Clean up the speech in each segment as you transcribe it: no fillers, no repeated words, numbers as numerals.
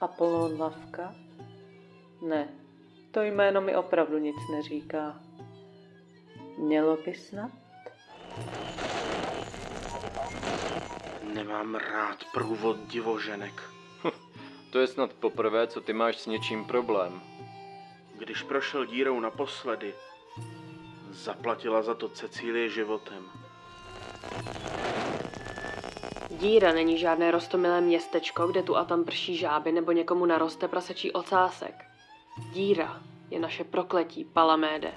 Apollon Lavka? Ne, to jméno mi opravdu nic neříká. Mělo by snad? Nemám rád průvod divoženek. To je snad poprvé, co ty máš s něčím problém. Když prošel dírou naposledy, zaplatila za to Cecílie životem. Díra není žádné roztomilé městečko, kde tu a tam prší žáby nebo někomu naroste prasečí ocásek. Díra je naše prokletí, Palaméde.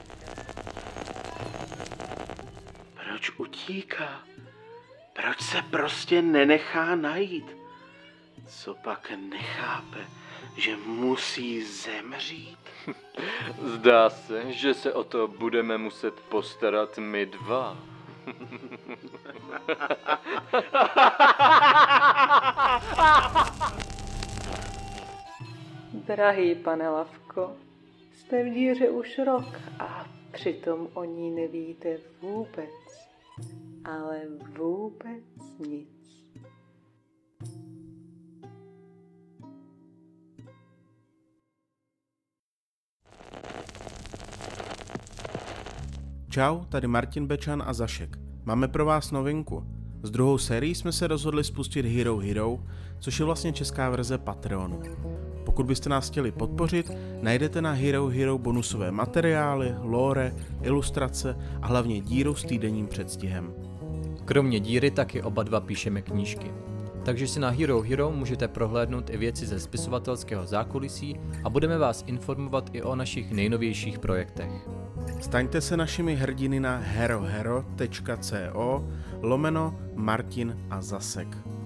Proč utíká? Proč se prostě nenechá najít? Co pak nechápe, že musí zemřít? Zdá se, že se o to budeme muset postarat my dva. Drahý pane Lavko, jste v díře už rok a přitom o ní nevíte vůbec, ale vůbec nic. Čau, tady Martin Bečan a Zašek. Máme pro vás novinku. S druhou sérií jsme se rozhodli spustit Hero Hero, což je vlastně česká verze Patreonu. Pokud byste nás chtěli podpořit, najdete na Hero Hero bonusové materiály, lore, ilustrace a hlavně díru s týdenním předstihem. Kromě díry taky oba dva píšeme knížky. Takže si na Hero Hero můžete prohlédnout i věci ze spisovatelského zákulisí a budeme vás informovat i o našich nejnovějších projektech. Staňte se našimi hrdiny na herohero.co/Martin a Zasek.